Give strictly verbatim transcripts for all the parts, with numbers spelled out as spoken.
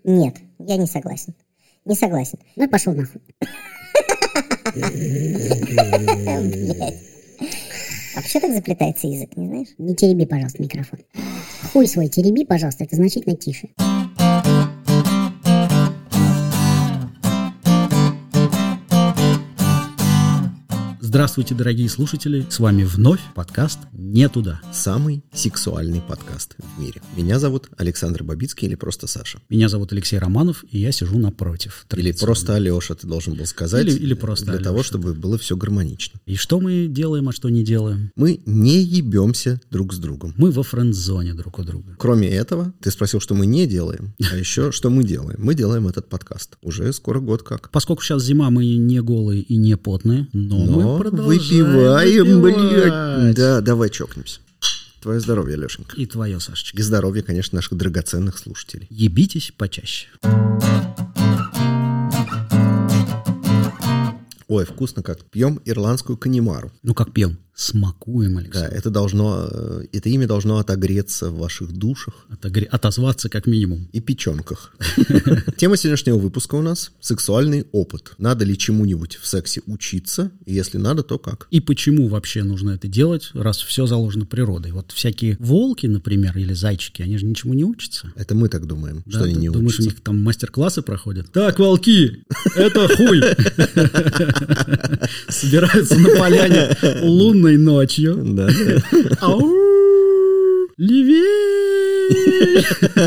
Нет, я не согласен. Не согласен. Ну и пошел нахуй. Вообще так заплетается язык, не знаешь? Не тереби, пожалуйста, микрофон. Хуй свой тереби, пожалуйста, это значительно тише. Здравствуйте, дорогие слушатели, с вами вновь подкаст «Не туда». Самый сексуальный подкаст в мире. Меня зовут Александр Бабицкий или просто Саша. Меня зовут Алексей Романов, и я сижу напротив. Или просто Алеша, ты должен был сказать. Или, или просто Для Алеша. того, чтобы было все гармонично. И что мы делаем, а что не делаем? Мы не ебемся друг с другом. Мы во френд-зоне друг у друга. Кроме этого, ты спросил, что мы не делаем, а еще что мы делаем. Мы делаем этот подкаст. Уже скоро год как. Поскольку сейчас зима, мы не голые и не потные, но, Но мы продолжаем выпиваем, выпивать. блядь. Да, давай чокнемся. Твое здоровье, Лешенька. И твое, Сашечка. И здоровье, конечно, наших драгоценных слушателей. Ебитесь почаще. Ой, вкусно как. Пьем ирландскую канимару. Ну как пьем? Смакуем, Алексей. Да, это должно, это имя должно отогреться в ваших душах. Отогре... Отозваться как минимум. И печенках. Тема сегодняшнего выпуска у нас — сексуальный опыт. Надо ли чему-нибудь в сексе учиться? И если надо, то как? И почему вообще нужно это делать, раз все заложено природой? Вот всякие волки, например, или зайчики, они же ничему не учатся. Это мы так думаем, Да, что они ты не думаешь, учатся. у них там мастер-классы проходят? Так, волки, это хуй. Собираются на поляне лунной ночью. Да, да. Ау! Левее!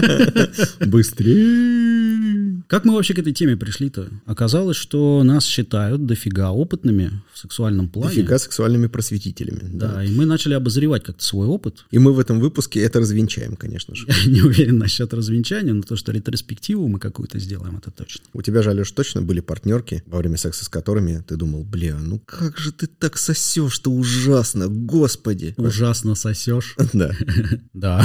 Быстрее! Как мы вообще к этой теме пришли-то? Оказалось, что нас считают дофига опытными в сексуальном плане. Дофига сексуальными просветителями. Да, Да. и мы начали обозревать как-то свой опыт. И мы в этом выпуске это развенчаем, конечно же. Я не уверен насчет развенчания, но то, что ретроспективу мы какую-то сделаем, это точно. У тебя же, Алеш, точно были партнерки, во время секса с которыми ты думал: бля, ну как же ты так сосешь-то ужасно, господи. Ужасно сосешь. Да. Да.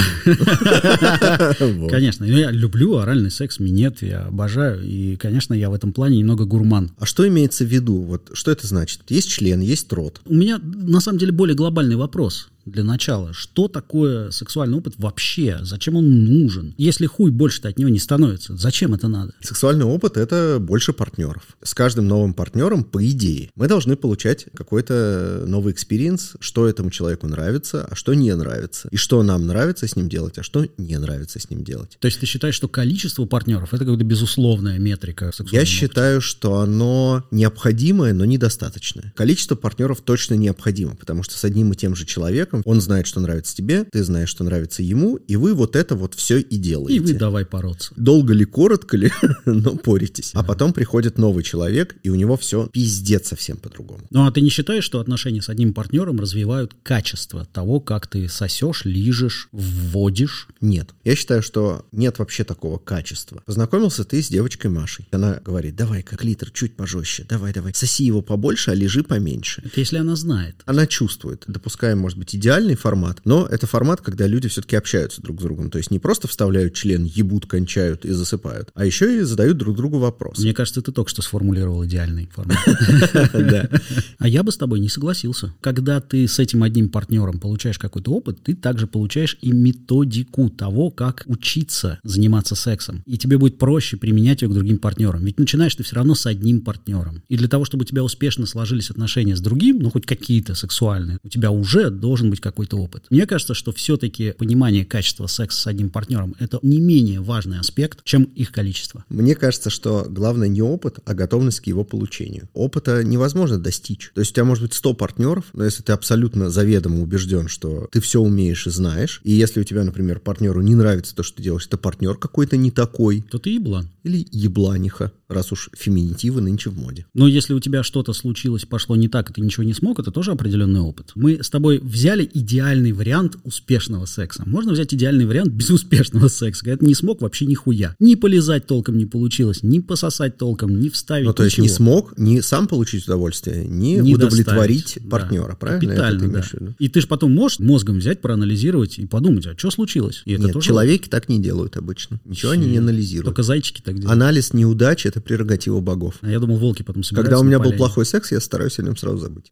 Вот. Конечно, я люблю оральный секс, минет, я обожаю. И, конечно, я в этом плане немного гурман. А что имеется в виду? Вот что это значит? Есть член, есть рот. У меня, на самом деле, более глобальный вопрос для начала. Что такое сексуальный опыт вообще? Зачем он нужен? Если хуй больше-то от него не становится, зачем это надо? Сексуальный опыт — это больше партнеров. С каждым новым партнером, по идее, мы должны получать какой-то новый экспириенс, что этому человеку нравится, а что не нравится. И что нам нравится с ним делать, а что не нравится с ним делать. То есть ты считаешь, что количество партнеров — это какая-то безусловная метрика в сексуальном Я опыте? считаю, что оно необходимое, но недостаточное. Количество партнеров точно необходимо, потому что с одним и тем же человеком он знает, что нравится тебе, ты знаешь, что нравится ему, и вы вот это вот все и делаете. И вы давай бороться. Долго ли, коротко ли, но поритесь. А потом приходит новый человек, и у него все пиздец совсем по-другому. Ну а ты не считаешь, что отношения с одним партнером развивают качество того, как ты сосешь, лижешь, вводишь? Нет. Я считаю, что нет вообще такого качества. Познакомился ты с девочкой Машей. Она говорит: давай-ка клитор чуть пожестче, давай-давай. Соси его побольше, а лежи поменьше. Это если она знает. Она чувствует. Допускаем, может быть, идеальный формат, но это формат, когда люди все-таки общаются друг с другом. То есть не просто вставляют член, ебут, кончают и засыпают, а еще и задают друг другу вопросы. Мне кажется, ты только что сформулировал идеальный формат. А я бы с тобой не согласился. Когда ты с этим одним партнером получаешь какой-то опыт, ты также получаешь и методику того, как учиться заниматься сексом. И тебе будет проще применять ее к другим партнерам. Ведь начинаешь ты все равно с одним партнером. И для того, чтобы у тебя успешно сложились отношения с другим, ну хоть какие-то сексуальные, у тебя уже должен быть какой-то опыт. Мне кажется, что все-таки понимание качества секса с одним партнером — это не менее важный аспект, чем их количество. Мне кажется, что главное не опыт, а готовность к его получению. Опыта невозможно достичь. То есть у тебя может быть сто партнеров, но если ты абсолютно заведомо убежден, что ты все умеешь и знаешь, и если у тебя, например, партнеру не нравится то, что ты делаешь, это партнер какой-то не такой. То ты еблан. Или ебланиха, раз уж феминитивы нынче в моде. Но если у тебя что-то случилось, пошло не так, и ты ничего не смог, это тоже определенный опыт. Мы с тобой взяли идеальный вариант успешного секса. Можно взять идеальный вариант безуспешного секса, когда ты не смог вообще нихуя. Ни полизать толком не получилось, ни пососать толком, ни вставить, Ну, то есть ничего. не смог ни сам получить удовольствие, ни Не удовлетворить доставить. партнера, Да. правильно? Капитально, Это ты да. имеешь в виду? И ты же потом можешь мозгом взять, проанализировать и подумать, а что случилось? И это Нет, тоже человеки так не делают обычно. Ничего они не анализируют. Только зайчики так делать. Анализ неудачи — это прерогатива богов. А я думал, волки потом собираются. Когда у меня на был поляне. плохой секс, я стараюсь о нем сразу забыть.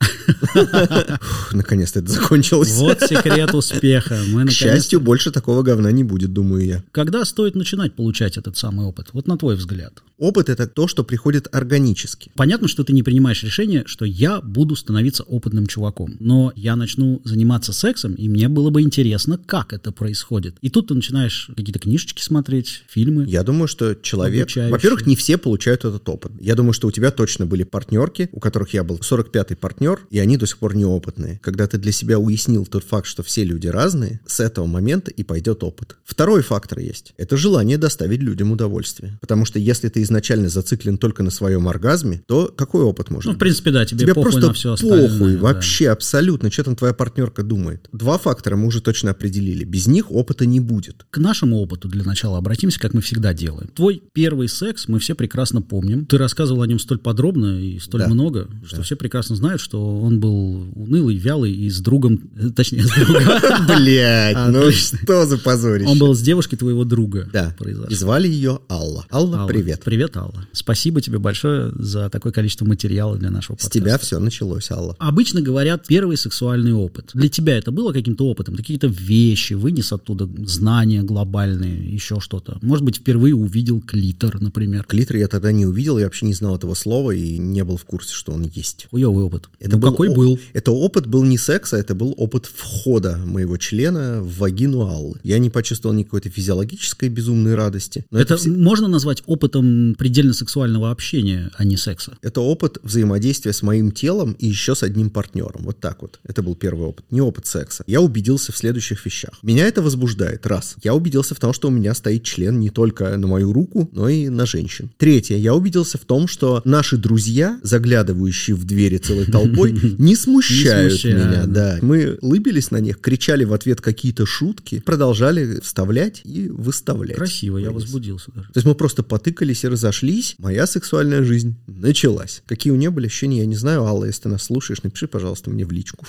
Наконец-то это закончилось. Вот секрет успеха. Мы К счастью, больше такого говна не будет, думаю я. Когда стоит начинать получать этот самый опыт? Вот на твой взгляд. Опыт — это то, что приходит органически. Понятно, что ты не принимаешь решение, что я буду становиться опытным чуваком, но я начну заниматься сексом, и мне было бы интересно, как это происходит. И тут ты начинаешь какие-то книжечки смотреть, фильмы. Я думаю, что человек... Обучающие. Во-первых, не все получают этот опыт. Я думаю, что у тебя точно были партнерки, у которых я был сорок пятый партнер, и они до сих пор неопытные. Когда ты для себя уяснил тот факт, что все люди разные, с этого момента и пойдет опыт. Второй фактор есть. Это желание доставить людям удовольствие. Потому что если ты изначально зациклен только на своем оргазме, то какой опыт может Ну, быть? в принципе, да, тебе, Тебе похуй просто на все остальное. похуй, да. вообще, абсолютно. Что там твоя партнерка думает? Два фактора мы уже точно определили. Без них опыта не будет. К нашему опыту для начала обратимся, как мы всегда делаем. Твой первый секс мы все прекрасно помним. Ты рассказывал о нем столь подробно и столь Да. много, что Да. все прекрасно знают, что он был унылый, вялый и с другом, э, точнее, с другом. Блять, А, ну блин. что за позорище. Он был с девушкой твоего друга. Да, произошло. и звали ее Алла. Алла, Алла, привет. Привет, Алла. Спасибо тебе большое за такое количество материала для нашего С подкаста. тебя все началось, Алла. Обычно говорят первый сексуальный опыт. Для тебя это было каким-то опытом? Ты какие-то вещи вынес оттуда, знания глобальные, еще что-то? Может быть, впервые увидел клитор, например? Клитор я тогда не увидел, я вообще не знал этого слова и не был в курсе, что он есть. Хуёвый опыт. Это Ну, был какой о- был? Это опыт был не секса, это был опыт входа моего члена в вагину Аллы. Я не почувствовал никакой физиологической безумной радости. Но Это это, вс- можно назвать опытом предельно сексуального общения, а не секса? это опыт взаимодействия с моим телом и еще с одним партнером. Вот так вот. Это был первый опыт. Не опыт секса. Я убедился в следующих вещах. Меня это возбуждает. Раз. Я убедился в том, что у меня стоит член не только на мою руку, но и на женщин. Третье. Я убедился в том, что наши друзья, заглядывающие в двери целой толпой, не смущают Не смущают, меня. Да. Мы лыбились на них, кричали в ответ какие-то шутки, продолжали вставлять и выставлять. Красиво, я Вынес. возбудился даже. То есть мы просто потыкались и разошлись. Моя сексуальная жизнь началась. Какие у нее были ощущения, я не знаю. Алла, если ты нас слушаешь, напиши, пожалуйста, мне в личку.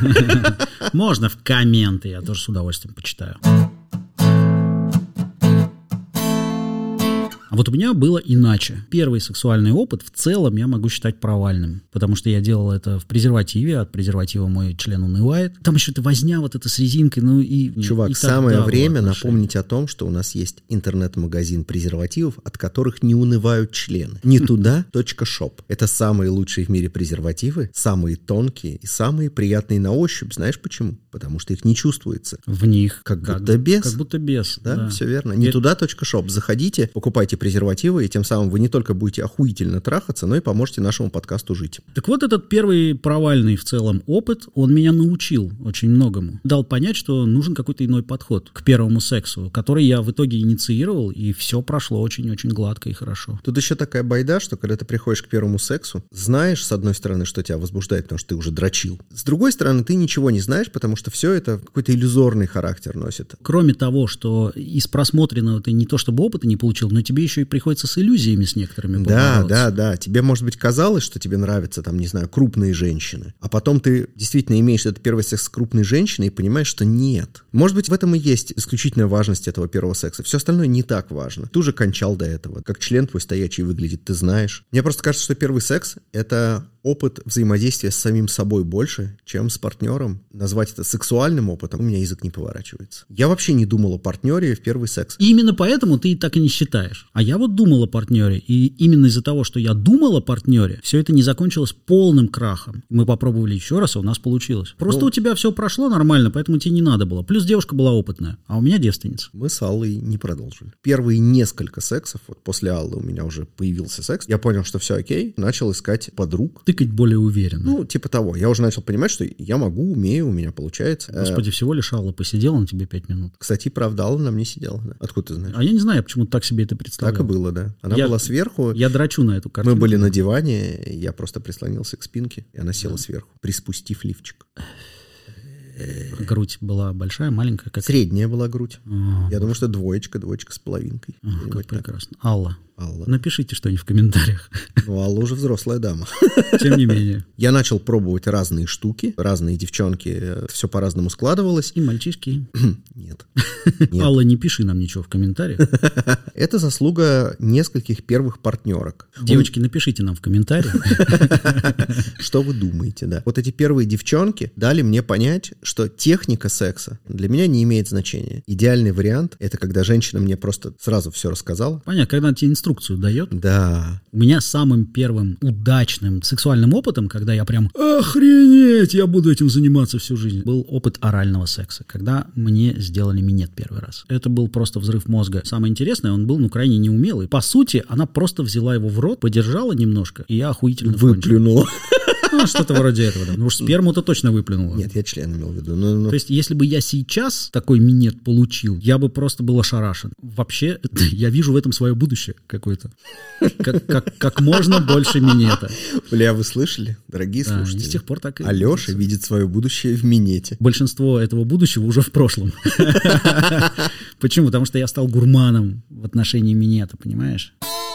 Можно в комменты, я тоже с удовольствием почитаю. А вот у меня было иначе. Первый сексуальный опыт в целом я могу считать провальным, потому что я делал это в презервативе, от презерватива мой член унывает. Там еще эта возня вот эта с резинкой, ну и... Чувак, и самое тогда время было напомнить о том, что у нас есть интернет-магазин презервативов, от которых не унывают члены. Не туда точка шоп. Это самые лучшие в мире презервативы, самые тонкие и самые приятные на ощупь. Знаешь почему? Потому что их не чувствуется. В них. Как будто без. Как будто без, Да, да. все верно. Не Я- туда точка шоп. Заходите, покупайте презервативы, и тем самым вы не только будете охуительно трахаться, но и поможете нашему подкасту жить. Так вот, этот первый провальный в целом опыт, он меня научил очень многому. Дал понять, что нужен какой-то иной подход к первому сексу, который я в итоге инициировал, и все прошло очень-очень гладко и хорошо. Тут еще такая байда, что когда ты приходишь к первому сексу, знаешь, с одной стороны, что тебя возбуждает, потому что ты уже дрочил. С другой стороны, ты ничего не знаешь, потому что все это какой-то иллюзорный характер носит. Кроме того, что из просмотренного ты не то чтобы опыта не получил, но тебе еще и приходится с иллюзиями с некоторыми Да, побороться. да, да. Тебе, может быть, казалось, что тебе нравятся, там, не знаю, крупные женщины. А потом ты действительно имеешь этот первый секс с крупной женщиной и понимаешь, что нет. Может быть, в этом и есть исключительная важность этого первого секса. Все остальное не так важно. Ты уже кончал до этого. Как член твой стоячий выглядит, ты знаешь. Мне просто кажется, что первый секс — это опыт взаимодействия с самим собой больше, чем с партнером. Назвать это сексуальным опытом, у меня язык не поворачивается. Я вообще не думал о партнере в первый секс. И именно поэтому ты так и не считаешь. А я вот думал о партнере, и именно из-за того, что я думал о партнере, все это не закончилось полным крахом. Мы попробовали еще раз, и у нас получилось. Просто Ну, у тебя все прошло нормально, поэтому тебе не надо было. Плюс девушка была опытная, а у меня девственница. Мы с Аллой не продолжили. Первые несколько сексов, вот после Аллы у меня уже появился секс, я понял, что все окей, начал искать подруг. Тыкать более уверенно. Ну, типа того. Я уже начал понимать, что я могу, умею, у меня получается. Э, Господи, всего лишь Алла посидела на тебе пять минут. Кстати, правда, Алла на мне сидела. Да. Откуда ты знаешь? А я не знаю, я почему-то так себе это представлял. Так и было, да. Она Я- была сверху. Я драчу на эту картину. Мы были на диване, я просто прислонился к спинке, и она села сверху, приспустив лифчик. Грудь была большая, маленькая, как... Средняя была грудь. А, Я думаю, что двоечка, двоечка с половинкой. ага, Где-нибудь как так. прекрасно. Алла, Алла. Напишите что-нибудь в комментариях. Ну, Алла уже взрослая дама. Тем не менее. Я начал пробовать разные штуки, разные девчонки, все по-разному складывалось. И мальчишки. Нет. Алла, не пиши нам ничего в комментариях. Это заслуга нескольких первых партнерок. Девочки, напишите нам в комментариях. Что вы думаете, да. Вот эти первые девчонки дали мне понять, что техника секса для меня не имеет значения. Идеальный вариант — это когда женщина мне просто сразу все рассказала. Понятно, когда она тебе инструкцию дает. Да. У меня самым первым удачным сексуальным опытом, когда я прям охренеть, я буду этим заниматься всю жизнь, был опыт орального секса, когда мне сделали минет первый раз. Это был просто взрыв мозга. Самое интересное, он был, ну, крайне неумелый. По сути, она просто взяла его в рот, подержала немножко, и я охуительно выплюнула. Ну, что-то вроде этого, да. Ну уж сперму-то точно выплюнула. Нет, я член имел в виду. Но, но... То есть, если бы я сейчас такой минет получил, я бы просто был ошарашен. Вообще, я вижу в этом свое будущее какое-то. Как, как, как можно больше минета. Бля, вы слышали, дорогие да, слушатели? И с тех пор так и... Алеша видит свое будущее в минете. Большинство этого будущего уже в прошлом. Почему? Потому что я стал гурманом в отношении минета, понимаешь?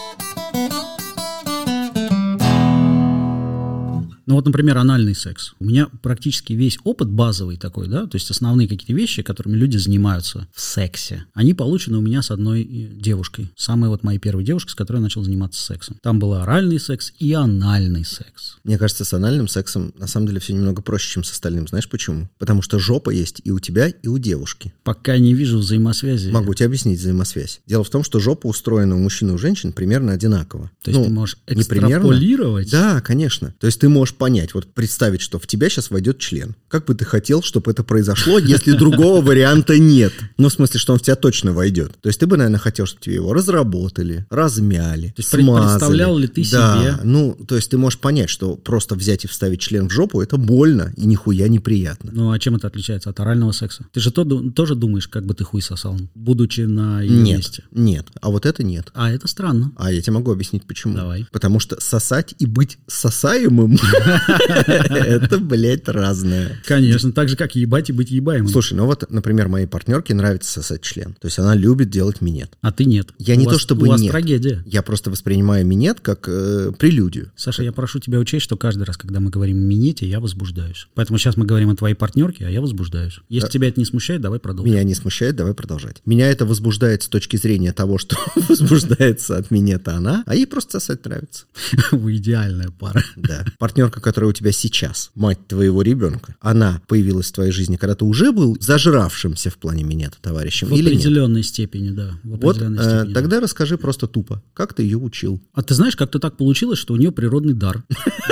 Ну вот, например, анальный секс. У меня практически весь опыт базовый такой, да, то есть основные какие-то вещи, которыми люди занимаются в сексе, они получены у меня с одной девушкой. Самой вот моей первой девушкой, с которой я начал заниматься сексом. Там был оральный секс и анальный секс. Мне кажется, с анальным сексом на самом деле все немного проще, чем с остальным. Знаешь почему? Потому что жопа есть и у тебя, и у девушки. Пока не вижу взаимосвязи. Могу тебе объяснить взаимосвязь. Дело в том, что жопа устроена у мужчин и у женщин примерно одинаково. То есть ну, ты можешь экстраполировать? Да, конечно. То есть ты можешь понять, вот представить, что в тебя сейчас войдет член. Как бы ты хотел, чтобы это произошло, если другого варианта нет? Ну, в смысле, что он в тебя точно войдет. То есть ты бы, наверное, хотел, чтобы тебе его разработали, размяли, то есть смазали. Представлял ли ты да, себе? Ну, то есть ты можешь понять, что просто взять и вставить член в жопу, это больно и нихуя неприятно. Ну, а чем это отличается от орального секса? Ты же то, тоже думаешь, как бы ты хуй сосал, будучи на ее нет, месте? Нет, а вот это нет. А это странно. А я тебе могу объяснить, почему. Давай. Потому что сосать и быть сосаемым это, блядь, разное. Конечно, так же, как ебать и быть ебаемым. Слушай, ну вот, например, моей партнерке нравится сосать член. То есть она любит делать минет. А ты нет. Я у не вас, то чтобы у вас нет. трагедия. Я просто воспринимаю минет как э, прелюдию. Саша, я прошу тебя учесть, что каждый раз, когда мы говорим о минете, я возбуждаюсь. Поэтому сейчас мы говорим о твоей партнерке, а я возбуждаюсь. Если да. тебя это не смущает, давай продолжим. Меня не смущает, давай продолжать. Меня это возбуждает с точки зрения того, что возбуждается от минета она, а ей просто сосать нравится. Вы идеальная пара. Да. Партнерка, которая у тебя сейчас, мать твоего ребенка, она появилась в твоей жизни, когда ты уже был зажравшимся в плане минета товарищем, в или нет? В определенной степени, да. В вот определенной э, степени, тогда да. расскажи просто тупо, как ты ее учил. А ты знаешь, как-то так получилось, что у нее природный дар.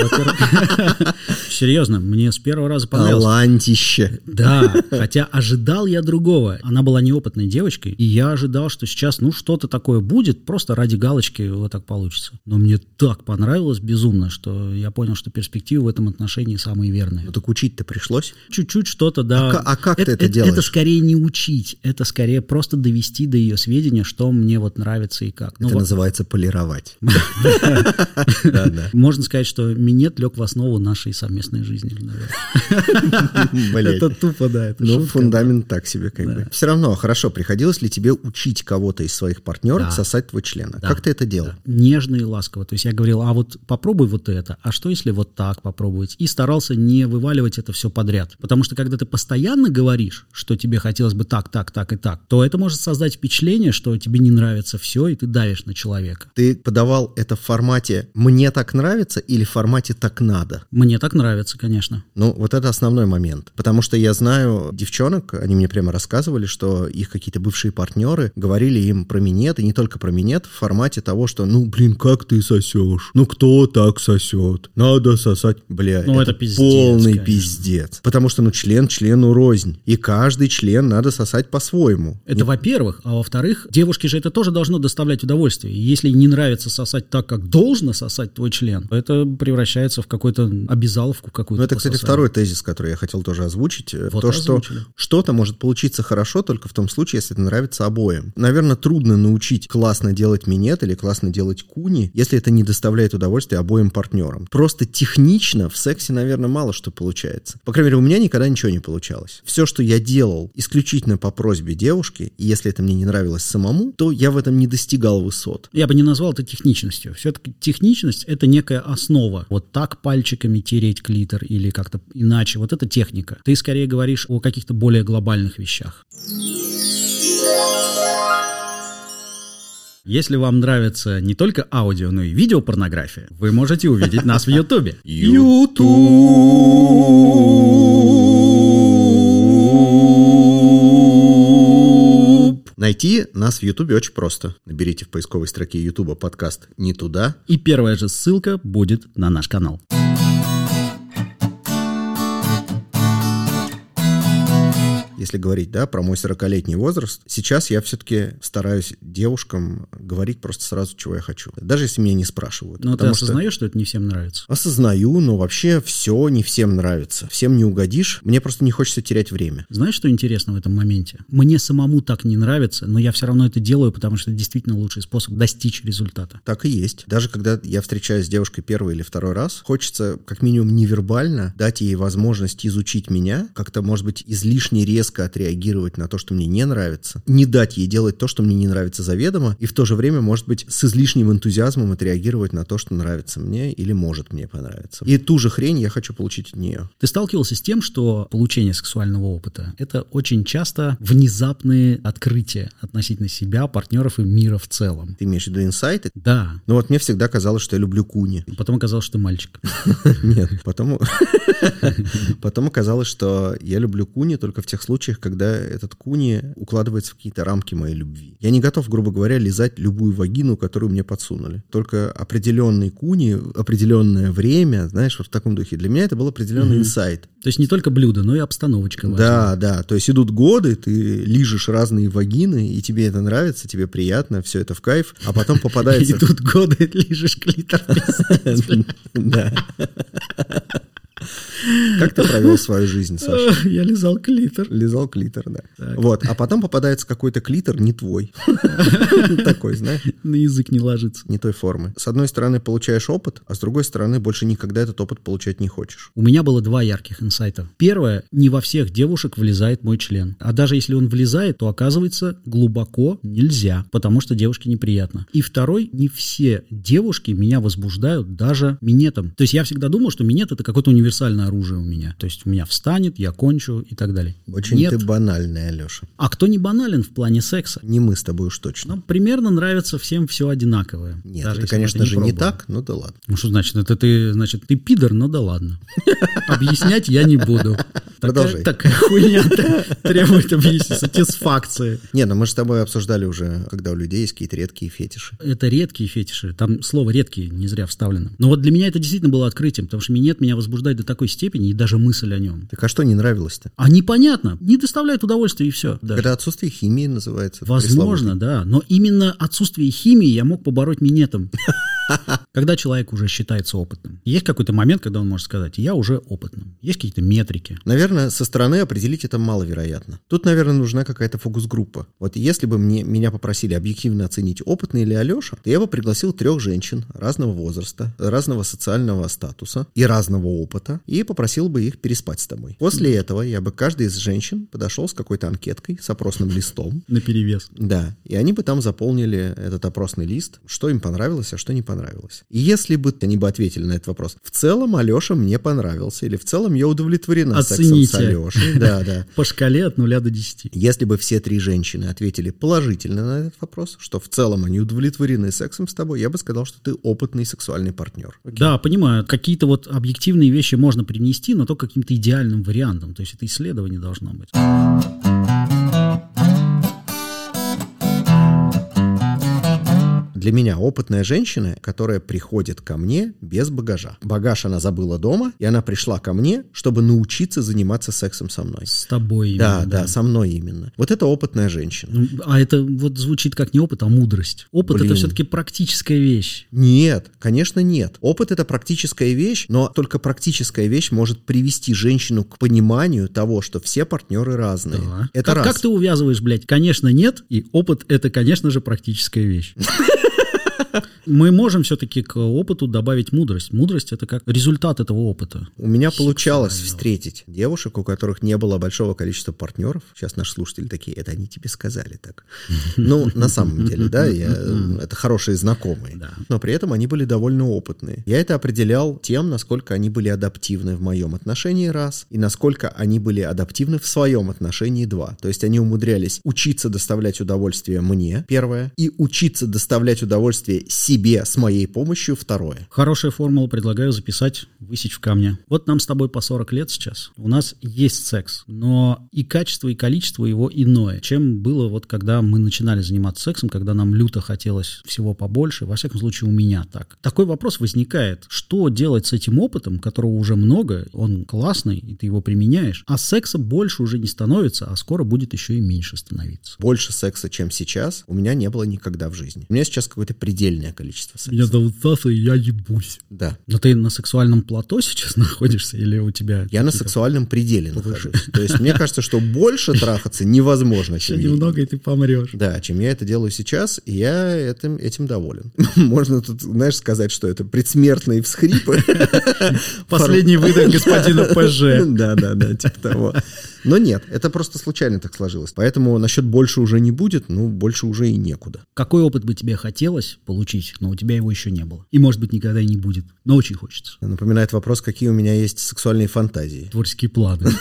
Серьезно, мне с первого раза понравилось. Талантище. Да, хотя ожидал я другого. Она была неопытной девочкой, и я ожидал, что сейчас, ну, что-то такое будет, просто ради галочки вот так получится. Но мне так понравилось безумно, что я понял, что перспективы в этом отношении самые верные. Ну так учить-то пришлось? Чуть-чуть что-то, да. А, а как это, ты это, это делаешь? Это скорее не учить, это скорее просто довести до ее сведения, что мне вот нравится и как. Это ну, называется вот... полировать. Можно сказать, что минет лег в основу нашей совместной жизни. Это тупо, да. Ну, фундамент так себе как бы. Все равно, хорошо, приходилось ли тебе учить кого-то из своих партнеров сосать твой член? Как ты это делал? Нежно и ласково. То есть я говорил, а вот попробуй вот это, а что если вот так попробовать? И старался не вываливать это все подряд. Потому что когда ты постоянно говоришь, что тебе хотелось бы так, так, так и так, то это может создать впечатление, что тебе не нравится все, и ты давишь на человека. Ты подавал это в формате «мне так нравится» или в формате «так надо»? Мне так нравится, конечно. Ну, вот это основной момент. Потому что я знаю девчонок, они мне прямо рассказывали, что их какие-то бывшие партнеры говорили им про минет, и не только про минет, в формате того, что «ну, блин, как ты сосешь? Ну, кто так сосет? Надо сосать». Бля, ну, это, это пиздец, полный конечно. пиздец. Потому что, ну, член члену рознь. И каждый член надо сосать по-своему. Это не... во-первых. А во-вторых, девушке же это тоже должно доставлять удовольствие. Если не нравится сосать так, как должно сосать твой член, это превращается в какую-то обязаловку какую-то. Ну, это, кстати, второй тезис, который я хотел тоже озвучить. Вот то, озвучили. Что что-то может получиться хорошо только в том случае, если это нравится обоим. Наверное, трудно научить классно делать минет или классно делать куни, если это не доставляет удовольствия обоим партнерам. Просто технически технично в сексе, наверное, мало что получается. По крайней мере, у меня никогда ничего не получалось. Все, что я делал исключительно по просьбе девушки, и если это мне не нравилось самому, то я в этом не достигал высот. Я бы не назвал это техничностью. Все-таки техничность — это некая основа. Вот так пальчиками тереть клитор или как-то иначе. Вот это техника. Ты скорее говоришь о каких-то более глобальных вещах. Если вам нравится не только аудио, но и видеопорнография, вы можете увидеть нас в Ютубе. Ютуб! Найти нас в Ютубе очень просто. Наберите в поисковой строке Ютуба подкаст «Не туда». И первая же ссылка будет на наш канал. Если говорить, да, про мой сорокалетний возраст, сейчас я все-таки стараюсь девушкам говорить просто сразу, чего я хочу. Даже если меня не спрашивают. Но ты осознаешь, что... что это не всем нравится? Осознаю, но вообще все не всем нравится. Всем не угодишь. Мне просто не хочется терять время. Знаешь, что интересно в этом моменте? Мне самому так не нравится, но я все равно это делаю, потому что это действительно лучший способ достичь результата. Так и есть. Даже когда я встречаюсь с девушкой первый или второй раз, хочется как минимум невербально дать ей возможность изучить меня, как-то, может быть, излишне резко отреагировать на то, что мне не нравится, не дать ей делать то, что мне не нравится заведомо, и в то же время, может быть, с излишним энтузиазмом отреагировать на то, что нравится мне или может мне понравиться. И ту же хрень я хочу получить от нее. Ты сталкивался с тем, что получение сексуального опыта — это очень часто внезапные открытия относительно себя, партнеров и мира в целом? Ты имеешь в виду инсайты? Да. Ну вот мне всегда казалось, что я люблю куни. Потом оказалось, что ты мальчик. Нет, потом потом оказалось, что я люблю куни только в тех случаях, когда этот куни укладывается в какие-то рамки моей любви. Я не готов, грубо говоря, лизать любую вагину, которую мне подсунули. Только определенный куни, определенное время, знаешь, вот в таком духе. Для меня это был определенный mm-hmm. инсайт. То есть не только блюдо, но и обстановочка важна. Да, да. То есть идут годы, ты лижешь разные вагины, и тебе это нравится, тебе приятно, все это в кайф, а потом попадается... Идут годы, лижешь клитор. Да. Как ты провел свою жизнь, Саша? Я лизал клитор. Лизал клитор, да. Так. Вот, а потом попадается какой-то клитор не твой. Такой, знаешь. На язык не ложится. Не той формы. С одной стороны, получаешь опыт, а с другой стороны, больше никогда этот опыт получать не хочешь. У меня было два ярких инсайта. Первое, не во всех девушек влезает мой член. А даже если он влезает, то, оказывается, глубоко нельзя, потому что девушке неприятно. И второй, не все девушки меня возбуждают даже минетом. То есть я всегда думал, что минет — это какое-то универсальное оружие у меня. То есть у меня встанет, я кончу и так далее. Очень Нет. ты банальный, Алеша. А кто не банален в плане секса? Не мы с тобой уж точно. Ну, примерно нравится всем все одинаковое. Нет, это, конечно это не же, пробовал. Не так, ну да ладно. Ну, что значит? Это ты, значит, ты пидор, ну да ладно. Объяснять я не буду. Продолжай. Такая хуйня требует объяснить сатисфакции. Не, ну мы же с тобой обсуждали уже, когда у людей есть какие-то редкие фетиши. Это редкие фетиши. Там слово «редкие» не зря вставлено. Но вот для меня это действительно было открытием, потому что минет меня возбуждает до такой степени, и даже мысль о нем. Так а что не нравилось-то? А непонятно. Не доставляет удовольствия, и все. Даже. Когда отсутствие химии называется. Возможно, да. Но именно отсутствие химии я мог побороть минетом. Когда человек уже считается опытным. Есть какой-то момент, когда он может сказать: я уже опытным. Есть какие-то метрики. Наверное, со стороны определить это маловероятно. Тут, наверное, нужна какая-то фокус-группа. Вот если бы мне, меня попросили объективно оценить, опытный ли Алеша, то я бы пригласил трех женщин разного возраста, разного социального статуса и разного опыта, и попросил бы их переспать с тобой. После этого я бы каждой из женщин подошел с какой-то анкеткой, с опросным листом. Наперевес. Да. И они бы там заполнили этот опросный лист, что им понравилось, а что не понравилось. И если бы они бы ответили на этот вопрос: в целом Алеша мне понравился, или в целом я удовлетворена Оцените. Сексом с Алешей. Да, да. По шкале от нуля до десяти. Если бы все три женщины ответили положительно на этот вопрос, что в целом они удовлетворены сексом с тобой, я бы сказал, что ты опытный сексуальный партнер. Окей. Да, понимаю. Какие-то вот объективные вещи можно привнести, но только каким-то идеальным вариантом. То есть это исследование должно быть. Для меня опытная женщина, которая приходит ко мне без багажа. Багаж она забыла дома, и она пришла ко мне, чтобы научиться заниматься сексом со мной. С тобой именно. Да, да, да, со мной именно. Вот это опытная женщина. А это вот звучит как не опыт, а мудрость. Опыт Блин. — это все-таки практическая вещь. Нет, конечно нет. Опыт — это практическая вещь, но только практическая вещь может привести женщину к пониманию того, что все партнеры разные. Да. Это как, раз. Как ты увязываешь, блядь? Конечно, нет, и опыт — это, конечно же, практическая вещь. мы можем все-таки к опыту добавить мудрость. Мудрость — это как результат этого опыта. У меня получалось встретить девушек, у которых не было большого количества партнеров. Сейчас наши слушатели такие, это они тебе сказали так. Ну, на самом деле, да, это хорошие знакомые. Но при этом они были довольно опытные. Я это определял тем, насколько они были адаптивны в моем отношении, раз, и насколько они были адаптивны в своем отношении, два. То есть они умудрялись учиться доставлять удовольствие мне, первое, и учиться доставлять удовольствие себе с моей помощью, второе. Хорошая формула, предлагаю записать, высечь в камне. Вот нам с тобой по сорок лет сейчас. У нас есть секс, но и качество, и количество его иное, чем было вот когда мы начинали заниматься сексом, когда нам люто хотелось всего побольше. Во всяком случае, у меня так. Такой вопрос возникает. Что делать с этим опытом, которого уже много, он классный, и ты его применяешь, а секса больше уже не становится, а скоро будет еще и меньше становиться. Больше секса, чем сейчас, у меня не было никогда в жизни. У меня сейчас какое-то предельное количество секса. Меня зовут Саша, и я ебусь. Да. Но ты на сексуальном плато сейчас находишься или у тебя... Я на сексуальном пределе нахожусь. То есть мне кажется, что больше трахаться невозможно, чем Еще немного, и ты помрешь. Да, чем я это делаю сейчас, и я этим, этим доволен. Можно тут, знаешь, сказать, что это предсмертные всхрипы. Последний выдох господина ПЖ. Да-да-да, типа того. Но нет, это просто случайно так сложилось. Поэтому насчет больше уже не будет, ну, больше уже и некуда. Какой опыт бы тебе хотелось получить, но у тебя его еще не было? И, может быть, никогда и не будет, но очень хочется. Напоминает вопрос, какие у меня есть сексуальные фантазии. Творческие планы.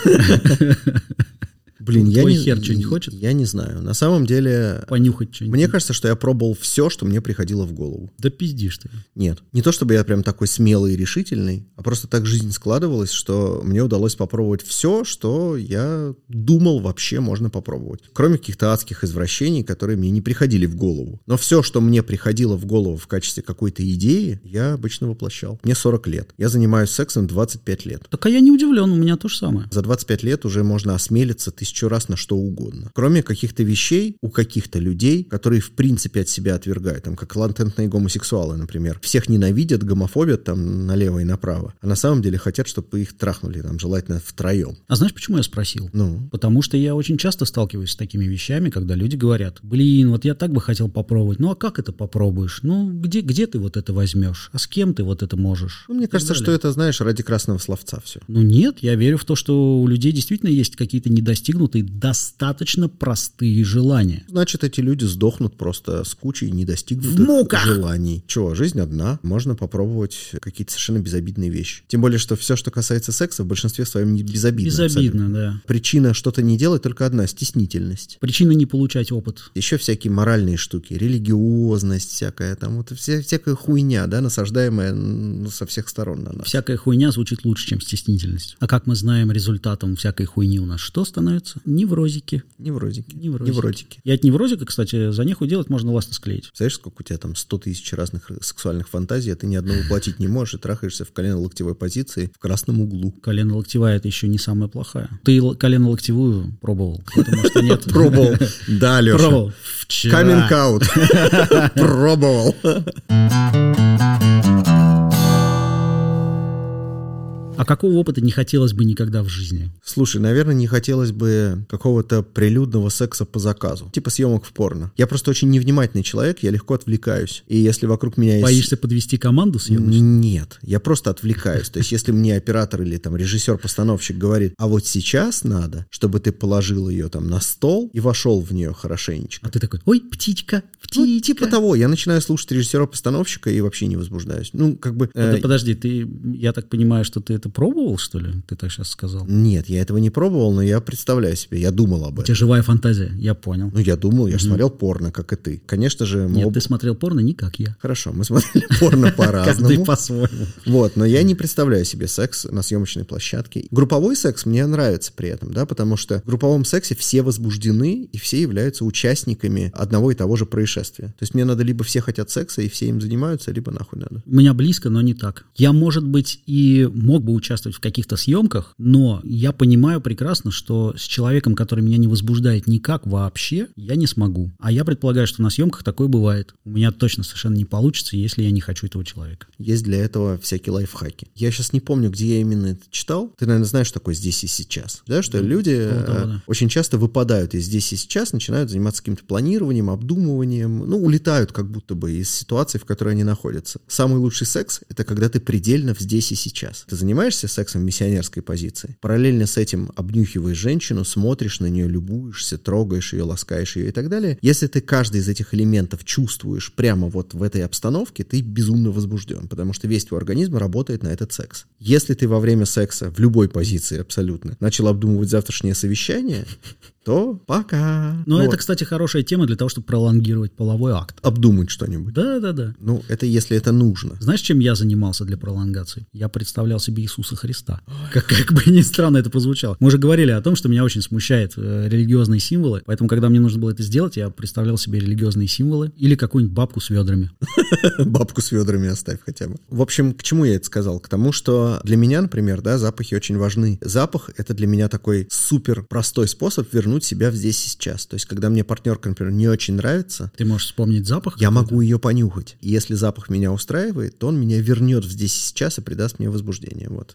Блин, я Твой не, хер что, не хочет? Я не знаю. На самом деле... Понюхать что-нибудь? Мне кажется, что я пробовал все, что мне приходило в голову. Да пиздишь ты. Нет. Не то, чтобы я прям такой смелый и решительный, а просто так жизнь складывалась, что мне удалось попробовать все, что я думал вообще можно попробовать. Кроме каких-то адских извращений, которые мне не приходили в голову. Но все, что мне приходило в голову в качестве какой-то идеи, я обычно воплощал. Мне сорок лет. Я занимаюсь сексом двадцать пять лет. Так а я не удивлен, у меня то же самое. За двадцать пять лет уже можно осмелиться тысячу раз на что угодно. Кроме каких-то вещей у каких-то людей, которые в принципе от себя отвергают, там, как латентные гомосексуалы, например. Всех ненавидят, гомофобят там налево и направо, а на самом деле хотят, чтобы их трахнули, там, желательно втроем. А знаешь, почему я спросил? Ну? Потому что я очень часто сталкиваюсь с такими вещами, когда люди говорят, блин, вот я так бы хотел попробовать, ну а как это попробуешь? Ну, где, где ты вот это возьмешь? А с кем ты вот это можешь? Ну, мне кажется, что это, знаешь, ради красного словца все. Ну нет, я верю в то, что у людей действительно есть какие-то недостигнутые, достаточно простые желания. Значит, эти люди сдохнут просто с кучей недостигнутых желаний. Чего, жизнь одна, можно попробовать какие-то совершенно безобидные вещи. Тем более, что все, что касается секса, в большинстве своем не безобидно. Безобидно, абсолютно. Да. Причина что-то не делать только одна — стеснительность. Причина не получать опыт. Еще всякие моральные штуки, религиозность всякая, там вот вся, всякая хуйня, да, насаждаемая ну, со всех сторон на нас. Всякая хуйня звучит лучше, чем стеснительность. А как мы знаем, результатом всякой хуйни у нас что становится? Неврозики. Неврозики. Неврозики. Невротики. И от неврозика, кстати, за нехуй делать можно ласты склеить. Знаешь, сколько у тебя там сто тысяч разных сексуальных фантазий, а ты ни одну воплотить не можешь и трахаешься в колено-локтевой позиции в красном углу. Колено-локтевая — это еще не самая плохая. Ты л- колено-локтевую пробовал? Потому что нет. Пробовал. Да, Леша. Пробовал. Каминг-аут. Пробовал. А какого опыта не хотелось бы никогда в жизни? Слушай, наверное, не хотелось бы какого-то прилюдного секса по заказу. Типа съемок в порно. Я просто очень невнимательный человек, я легко отвлекаюсь. И если вокруг меня есть... Боишься подвести команду съемочную? Нет, я просто отвлекаюсь. То есть если мне оператор или там режиссер-постановщик говорит, а вот сейчас надо, чтобы ты положил ее там на стол и вошел в нее хорошенечко. А ты такой, ой, птичка, птичка. Ну, типа того. Я начинаю слушать режиссера-постановщика и вообще не возбуждаюсь. Ну, как бы... Это, э... Подожди, ты, я так понимаю, что ты это пробовал, что ли? Ты так сейчас сказал. Нет, я этого не пробовал, но я представляю себе, я думал об этом. У тебя живая фантазия, я понял. Ну, я думал, я же смотрел порно, как и ты. Конечно же... Нет, об... ты смотрел порно не как я. Хорошо, мы смотрели порно по-разному. Каждый по-своему. Вот, но я не представляю себе секс на съемочной площадке. Групповой секс мне нравится при этом, да, потому что в групповом сексе все возбуждены и все являются участниками одного и того же происшествия. То есть мне надо либо все хотят секса и все им занимаются, либо нахуй надо. У меня близко, но не так. Я, может быть, и мог бы участвовать в каких-то съемках, но я понимаю прекрасно, что с человеком, который меня не возбуждает никак вообще, я не смогу. А я предполагаю, что на съемках такое бывает. У меня точно совершенно не получится, если я не хочу этого человека. Есть для этого всякие лайфхаки. Я сейчас не помню, где я именно это читал. Ты, наверное, знаешь, что такое «здесь и сейчас». Да, что люди того, э, да. очень часто выпадают из «здесь и сейчас», начинают заниматься каким-то планированием, обдумыванием, ну, улетают как будто бы из ситуации, в которой они находятся. Самый лучший секс — это когда ты предельно в «здесь и сейчас». Ты занимаешься сексом в миссионерской позиции, параллельно с этим обнюхиваешь женщину, смотришь на нее, любуешься, трогаешь ее, ласкаешь ее и так далее. Если ты каждый из этих элементов чувствуешь прямо вот в этой обстановке, ты безумно возбужден, потому что весь твой организм работает на этот секс. Если ты во время секса, в любой позиции абсолютно, начал обдумывать завтрашнее совещание, то пока. Но ну, это, кстати, хорошая тема для того, чтобы пролонгировать половой акт. Обдумать что-нибудь. Да-да-да. Ну, это если это нужно. Знаешь, чем я занимался для пролонгации? Я представлял себе Иисуса Христа. Как, как бы ни странно это прозвучало. Мы уже говорили о том, что меня очень смущают э, религиозные символы, поэтому, когда мне нужно было это сделать, я представлял себе религиозные символы или какую-нибудь бабку с ведрами. Бабку с ведрами оставь хотя бы. В общем, к чему я это сказал? К тому, что для меня, например, да, запахи очень важны. Запах — это для меня такой супер простой способ вернуть себя в здесь и сейчас. То есть, когда мне партнерка, например, не очень нравится, Ты можешь вспомнить запах? я какой-то? могу ее понюхать. И если запах меня устраивает, то он меня вернет в здесь и сейчас и придаст мне возбуждение. Вот.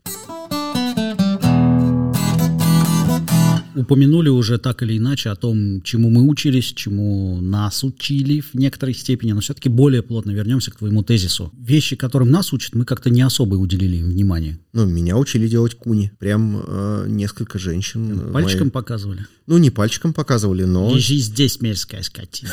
Упомянули уже так или иначе о том, чему мы учились, чему нас учили в некоторой степени, но все-таки более плотно вернемся к твоему тезису. Вещи, которым нас учат, мы как-то не особо уделили им внимание. Ну, меня учили делать куни. Прям э, несколько женщин. Пальчиком мои... показывали? Ну, не пальчиком показывали, но... Лежи здесь, мерзкая скотина.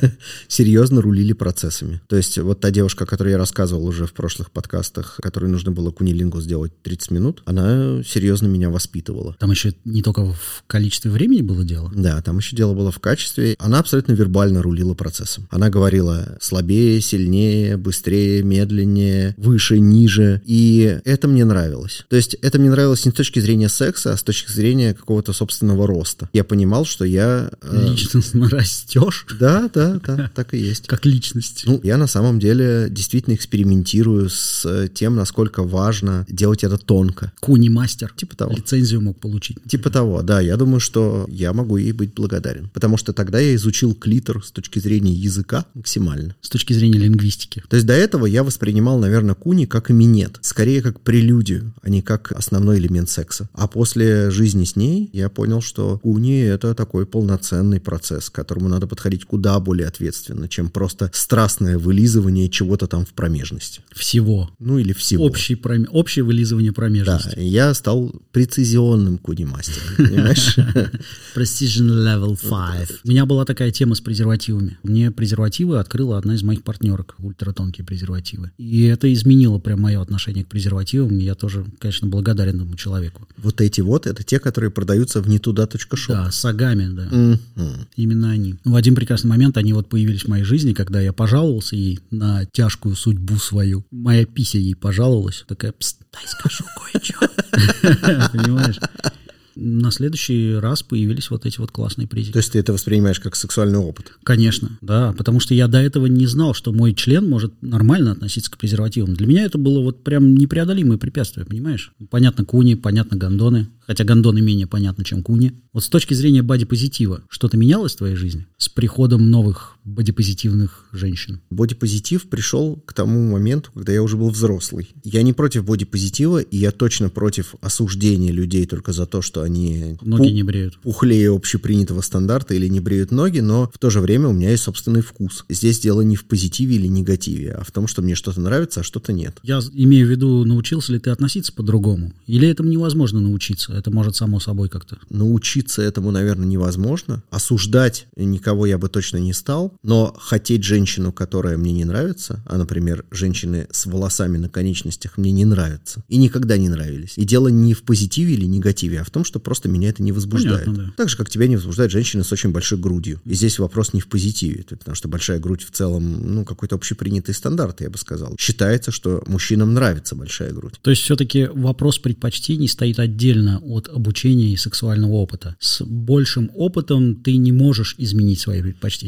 серьезно рулили процессами. То есть вот та девушка, о которой я рассказывал уже в прошлых подкастах, которой нужно было кунилингу сделать тридцать минут, она серьезно меня воспитывала. Там еще не только в количестве времени было дело? Да, там еще дело было в качестве. Она абсолютно вербально рулила процессом. Она говорила слабее, сильнее, быстрее, медленнее, выше, ниже. И это мне нравилось. То есть это мне нравилось не с точки зрения секса, а с точки зрения какого-то собственного роста. Я понимал, что я... Э... Личностно растешь? Да, да, да, так и есть. Как личность. Ну, я на самом деле действительно экспериментирую с тем, насколько важно делать это тонко. Куни-мастер. Типа того. Лицензию мог получить. Типа того, да. Я думаю, что я могу ей быть благодарен. Потому что тогда я изучил клитор с точки зрения языка максимально. С точки зрения лингвистики. То есть до этого я воспринимал, наверное, куни как и минет. Скорее как прелюдию, а не как основной элемент секса. А после жизни с ней я понял, что куни — это такой полноценный процесс, к которому надо подходить куда более ответственно, чем просто страстное вылизывание чего-то там в промежности. Всего. Ну или всего. Общий пром... Общее вылизывание промежности. Да, я стал прецизионным куни-мастером, понимаешь? Precision Level пять. У меня была такая тема с презервативами. Мне презервативы открыла одна из моих партнерок, ультратонкие презервативы. И это изменило прям мое отношение к презервативам. И я тоже, конечно, благодарен этому человеку. Вот эти вот, это те, которые продаются в нетуда точка шоп. Да, Сагами, да. Mm-hmm. Именно они. В один прекрасный момент они вот появились в моей жизни, когда я пожаловался ей на тяжкую судьбу свою. Моя пися ей пожаловалась. Такая: пст, дай скажу кое-что. Понимаешь? На следующий раз появились вот эти вот классные призики. То есть ты это воспринимаешь как сексуальный опыт? Конечно, да, потому что я до этого не знал, что мой член может нормально относиться к презервативам. Для меня это было вот прям непреодолимое препятствие, понимаешь? Понятно куни, понятно гондоны, хотя гондоны менее понятно, чем куни. Вот с точки зрения бодипозитива, что-то менялось в твоей жизни с приходом новых бодипозитивных женщин? Бодипозитив пришел к тому моменту, когда я уже был взрослый. Я не против бодипозитива, и я точно против осуждения людей только за то, что они ноги не бреют, пухлее общепринятого стандарта или не бреют ноги, но в то же время у меня есть собственный вкус. Здесь дело не в позитиве или негативе, а в том, что мне что-то нравится, а что-то нет. Я имею в виду, научился ли ты относиться по-другому? Или этому невозможно научиться? Это может само собой как-то? Научиться этому, наверное, невозможно. Осуждать никого я бы точно не стал, но хотеть женщину, которая мне не нравится, а, например, женщины с волосами на конечностях мне не нравятся и никогда не нравились. И дело не в позитиве или негативе, а в том, что просто меня это не возбуждает. Понятно, да. Так же, как тебя не возбуждает женщина с очень большой грудью. И здесь вопрос не в позитиве, потому что большая грудь в целом, ну, какой-то общепринятый стандарт, я бы сказал. Считается, что мужчинам нравится большая грудь. То есть все-таки вопрос предпочтений стоит отдельно от обучения и сексуального опыта. С большим опытом ты не можешь изменить свои предпочтения. Я... Или все-таки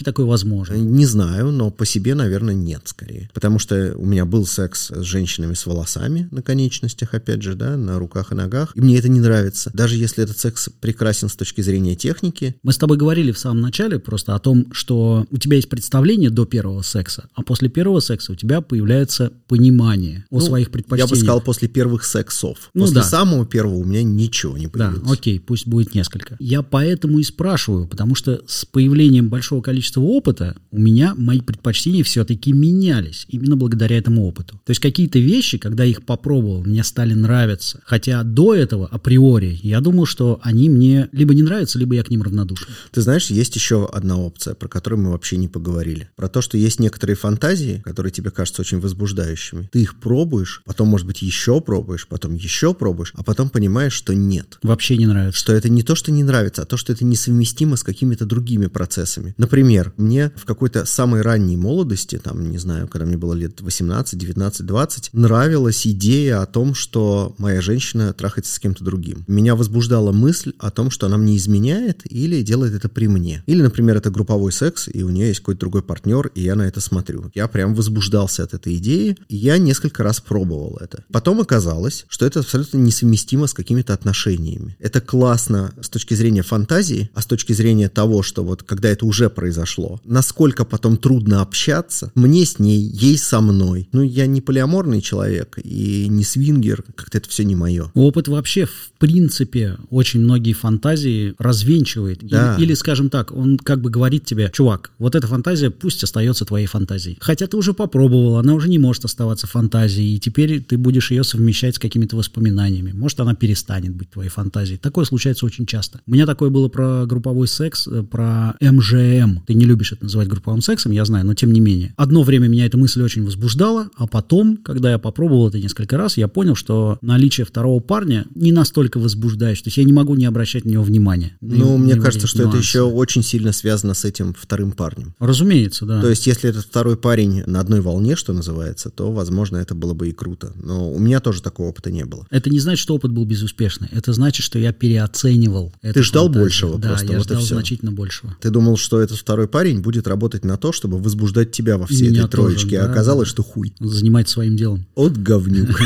такое возможно? Не знаю, но по себе, наверное, нет скорее. Потому что у меня был секс с женщинами с волосами на конечностях, опять же, да, на руках и ногах. И мне это не нравится. Даже если этот секс прекрасен с точки зрения техники. Мы с тобой говорили в самом начале просто о том, что у тебя есть представление до первого секса, а после первого секса у тебя появляется понимание о ну, своих предпочтениях. Я бы сказал, после первых сексов. Ну, после да. самого первого у меня ничего не появилось. Да, окей, пусть будет несколько. Я поэтому и спрашиваю, потому что с появлением большого количества опыта у меня мои предпочтения все-таки менялись именно благодаря этому опыту. То есть какие-то вещи, когда их попробовал, мне стали нравиться. Хотя до этого, априори, я думал, что они мне либо не нравятся, либо я к ним равнодушен. Ты знаешь, есть еще одна опция, про которую мы вообще не поговорили. Про то, что есть некоторые фантазии, которые тебе кажутся очень возбуждающими. Ты их пробуешь, потом, может быть, еще пробуешь, потом еще пробуешь, а потом понимаешь, что нет. Вообще не нравится. Что это не то, что не нравится, а то, что это несовместимо с какими-то другими процессами. Например, мне в какой-то самой ранней молодости, там, не знаю, когда мне было лет восемнадцать, девятнадцать, двадцать, нравилась идея о том, что моя женщина трахается с кем-то другим. Меня возбуждала мысль о том, что она мне изменяет или делает это при мне. Или, например, это групповой секс, и у нее есть какой-то другой партнер, и я на это смотрю. Я прям возбуждался от этой идеи, и я несколько раз пробовал это. Потом оказалось, что это абсолютно несовместимо с какими-то отношениями. Это классно с точки зрения фантазии, а с точки зрения того, что вот когда это уже произошло, насколько потом трудно общаться, мне с ней, ей со мной. Ну, я не полиаморный человек и не свингер, как-то это все не мое. Опыт вообще, в принципе, очень многие фантазии развенчивает. Да. Или, или, скажем так, он как бы говорит тебе: чувак, вот эта фантазия пусть остается твоей фантазией. Хотя ты уже попробовал, она уже не может оставаться фантазией, и теперь ты будешь ее совмещать с какими-то воспоминаниями. Может, она перестанет быть твоей фантазией. Такое случается очень часто. У меня такое было про групповой секс, про эм жэ эм. Ты не любишь это называть групповым сексом, я знаю, но тем не менее. Одно время меня эта мысль очень возбуждала, а потом, когда я попробовал это несколько раз, я понял, что наличие второго парня не настолько возбуждающее. То есть я не могу не обращать на него внимания. Ну, мне не кажется, что нюансы. это еще очень сильно связано с этим вторым парнем. Разумеется, да. То есть, если этот второй парень на одной волне, что называется, то, возможно, это было бы и круто. Но у меня тоже такого опыта не было. Это не значит, что опыт был безуспешный. Это значит, что я переоценивал. Ты ждал фантазию. большего да, просто, я вот и ждал все. значительно большего. Ты думал, что этот второй парень будет работать на то, чтобы возбуждать тебя во всей Меня этой троечке, тоже, а да, оказалось, да. что хуй. Занимать своим делом. От говнюк.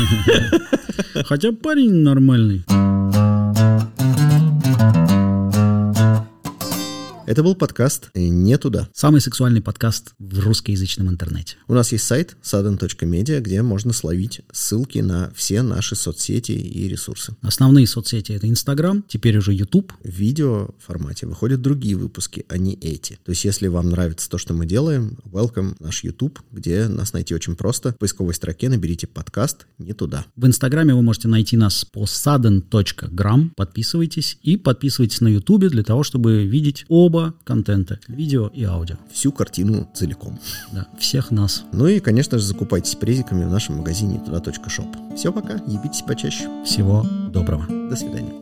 Хотя парень нормальный. Это был подкаст «Не туда». Самый сексуальный подкаст в русскоязычном интернете. У нас есть сайт sudden точка media, где можно словить ссылки на все наши соцсети и ресурсы. Основные соцсети — это Инстаграм, теперь уже Ютуб. В видео формате выходят другие выпуски, а не эти. То есть, если вам нравится то, что мы делаем, welcome в наш YouTube, где нас найти очень просто. В поисковой строке наберите подкаст «Не туда». В Инстаграме вы можете найти нас по sudden точка gram. Подписывайтесь и подписывайтесь на Ютубе для того, чтобы видеть оба контента, видео и аудио. Всю картину целиком. Да, всех нас. Ну и, конечно же, закупайтесь презиками в нашем магазине туда точка шоп. Все, пока, ебитесь почаще. Всего доброго. До свидания.